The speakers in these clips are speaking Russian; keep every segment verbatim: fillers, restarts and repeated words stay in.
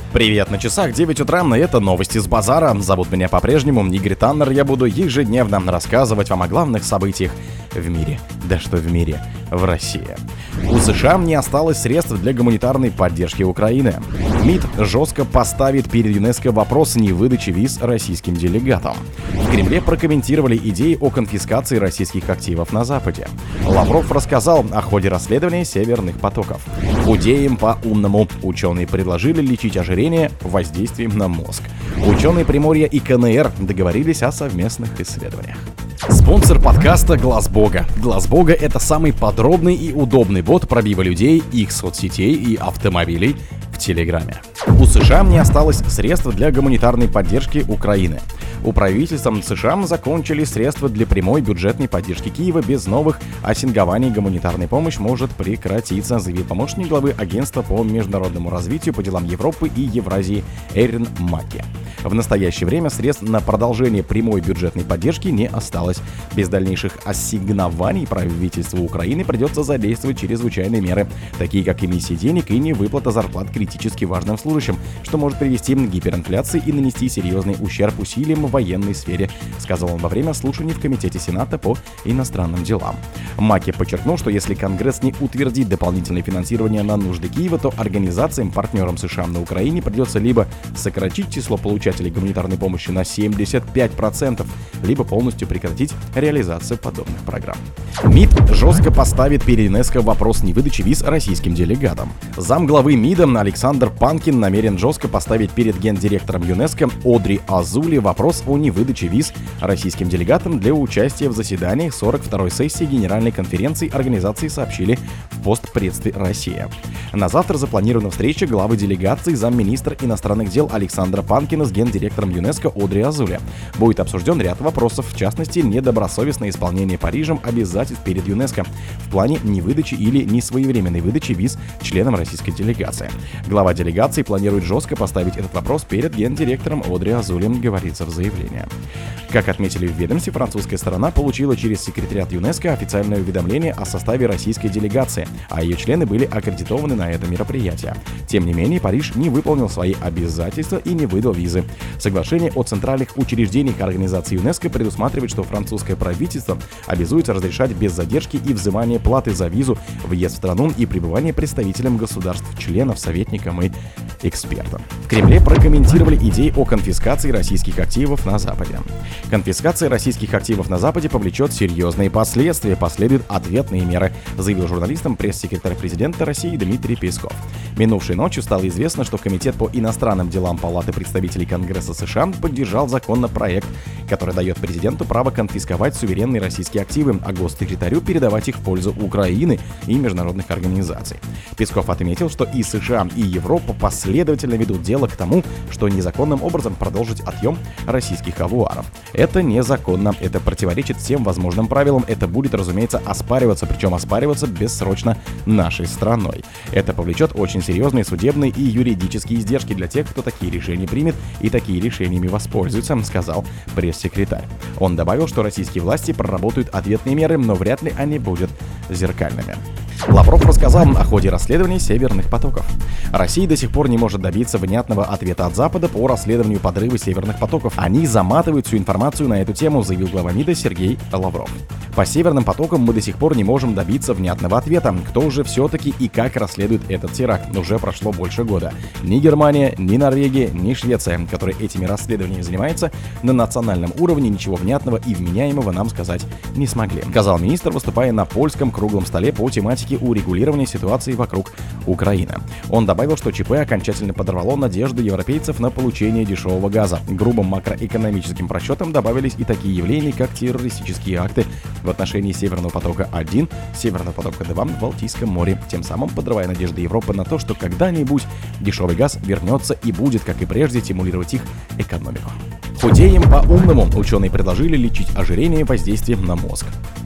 Привет, на часах девять утра, и это новости с базара. Зовут меня по-прежнему Игорь Таннер. Я буду ежедневно рассказывать вам о главных событиях в мире. Да что в мире, в России. У США не осталось средств для гуманитарной поддержки Украины. МИД жестко поставит перед ЮНЕСКО вопрос невыдачи виз российским делегатам. В Кремле прокомментировали идеи о конфискации российских активов на Западе. Лавров рассказал о ходе расследования северных потоков. Худеем по-умному. Ученые предложили лечить ожирение воздействием на мозг. Ученые Приморья и КНР договорились о совместных исследованиях. Спонсор подкаста Глаз Бога. Глаз Бога — это самый подробный и удобный бот пробива людей, их соцсетей и автомобилей в Телеграме. У США не осталось средств для гуманитарной поддержки Украины. У правительства США закончились средства для прямой бюджетной поддержки Киева. Без новых ассигнований гуманитарная помощь может прекратиться, заявил помощник главы Агентства по международному развитию по делам Европы и Евразии Эрин Маки. В настоящее время средств на продолжение прямой бюджетной поддержки не осталось. Без дальнейших ассигнований правительству Украины придется задействовать чрезвычайные меры, такие как эмиссия денег и невыплата зарплат критически важным служащим, что может привести к гиперинфляции и нанести серьезный ущерб усилиям в военной сфере, сказал он во время слушаний в Комитете Сената по иностранным делам. Маки подчеркнул, что если Конгресс не утвердит дополнительное финансирование на нужды Киева, то организациям, партнерам США на Украине придется либо сократить число получателей гуманитарной помощи на семьдесят пять процентов, либо полностью прекратить реализацию подобных программ. МИД жестко поставит перед ЮНЕСКО вопрос невыдачи виз российским делегатам. Замглавы МИДа Александр Панкин намерен жестко поставить перед гендиректором ЮНЕСКО Одри Азули вопрос о невыдаче виз российским делегатам для участия в заседаниях сорок второй сессии Генеральной конференции организации, сообщили в постпредстве России. На завтра запланирована встреча главы делегации замминистра иностранных дел Александра Панкина с гендиректором ЮНЕСКО Одри Азули. Будет обсужден ряд вопросов, в частности, недобросовестное исполнение Парижем обязательств перед ЮНЕСКО в плане невыдачи или несвоевременной выдачи виз членам российской делегации. Глава делегации планирует жестко поставить этот вопрос перед гендиректором Одри Азули, говорится в заявлении. Как отметили в ведомстве, французская сторона получила через секретариат ЮНЕСКО официальное уведомление о составе российской делегации, а ее члены были аккредитованы на это мероприятие. Тем не менее, Париж не выполнил свои обязательства и не выдал визы. Соглашение о центральных учреждениях организации ЮНЕСКО предусматривает, что французское правительство обязуется разрешать без задержки и взимания платы за визу въезд в страну и пребывание представителям государств-членов, советникам и экспертам. В Кремле прокомментировали идеи о конфискации российских активов на Западе. Конфискация российских активов на Западе повлечет серьезные последствия, последуют ответные меры, заявил журналистам пресс-секретарь президента России Дмитрий Песков. Минувшей ночью стало известно, что Комитет по иностранным делам Палаты представителей Конгресса США поддержал законопроект, который дает президенту право конфисковать суверенные российские активы, а госсекретарю передавать их в пользу Украины и международных организаций. Песков отметил, что и США, и Европа последовательно ведут дело к тому, что незаконным образом продолжить отъем российских авуаров. Это незаконно, это противоречит всем возможным правилам, это будет, разумеется, оспариваться, причем оспариваться бессрочно нашей страной. Это повлечет очень серьезные судебные и юридические издержки для тех, кто такие решения примет и такие решениями воспользуется, сказал пресс-секретарь. Он добавил, что российские власти проработают ответные меры, но вряд ли они будут зеркальными. Лавров рассказал о ходе расследования северных потоков. Россия до сих пор не может добиться внятного ответа от Запада по расследованию подрыва северных потоков. Они заматывают всю информацию на эту тему, заявил глава МИДа Сергей Лавров. По северным потокам мы до сих пор не можем добиться внятного ответа, кто же все-таки и как расследует этот теракт. Уже прошло больше года. Ни Германия, ни Норвегия, ни Швеция, которые этими расследованиями занимаются, на национальном уровне ничего внятного и вменяемого нам сказать не смогли, сказал министр, выступая на польском круглом столе по тематике урегулирования ситуации вокруг Украины. Он добавил, что ЧП окончательно подорвало надежды европейцев на получение дешевого газа. К грубым макроэкономическим просчетам добавились и такие явления, как террористические акты в отношении Северного потока-один, Северного потока-два в Балтийском море, тем самым подрывая надежды Европы на то, что когда-нибудь дешевый газ вернется и будет, как и прежде, стимулировать их экономику. Худеем по-умному. Ученые предложили лечить ожирение воздействием на мозг.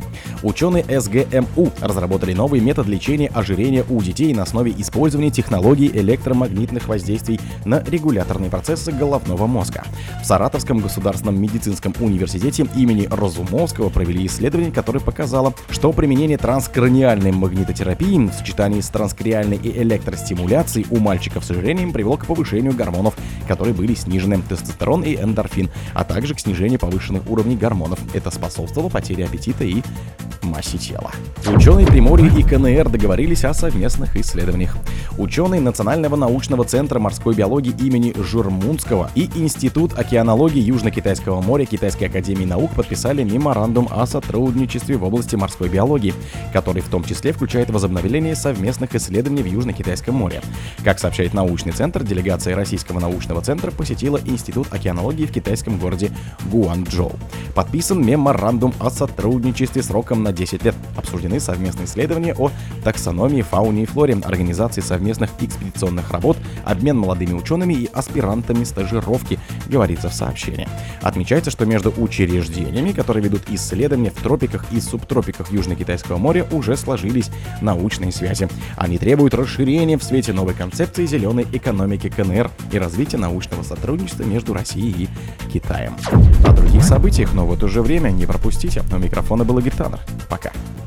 Ученые эс гэ эм у разработали новый метод лечения ожирения у детей на основе использования технологий электромагнитных воздействий на регуляторные процессы головного мозга. В Саратовском государственном медицинском университете имени Разумовского провели исследование, которое показало, что применение транскраниальной магнитотерапии в сочетании с транскраниальной и электростимуляцией у мальчиков с ожирением привело к повышению гормонов, которые были снижены, тестостерон и эндорфин, а также к снижению повышенных уровней гормонов. Это способствовало потере аппетита и массе тела. Ученые Приморья и ка эн эр договорились о совместных исследованиях. Ученые Национального научного центра морской биологии имени Журмунского и Институт океанологии Южно-Китайского моря Китайской академии наук подписали меморандум о сотрудничестве в области морской биологии, который в том числе включает возобновление совместных исследований в Южно-Китайском море. Как сообщает научный центр, делегация Российского научного центра посетила Институт океанологии в китайском городе Гуанчжоу. Подписан меморандум о сотрудничестве сроком на десять лет. Обсуждены совместные исследования о таксономии, фауне и флоре, организации совместных экспедиционных работ, обмен молодыми учеными и аспирантами стажировки, говорится в сообщении. Отмечается, что между учреждениями, которые ведут исследования в тропиках и субтропиках Южно-Китайского моря, уже сложились научные связи. Они требуют расширения в свете новой концепции зеленой экономики ка эн эр и развития научного сотрудничества между Россией и Китаем. О других событиях, но в это же время не пропустите. У микрофона был Игорь Таннер. Пока.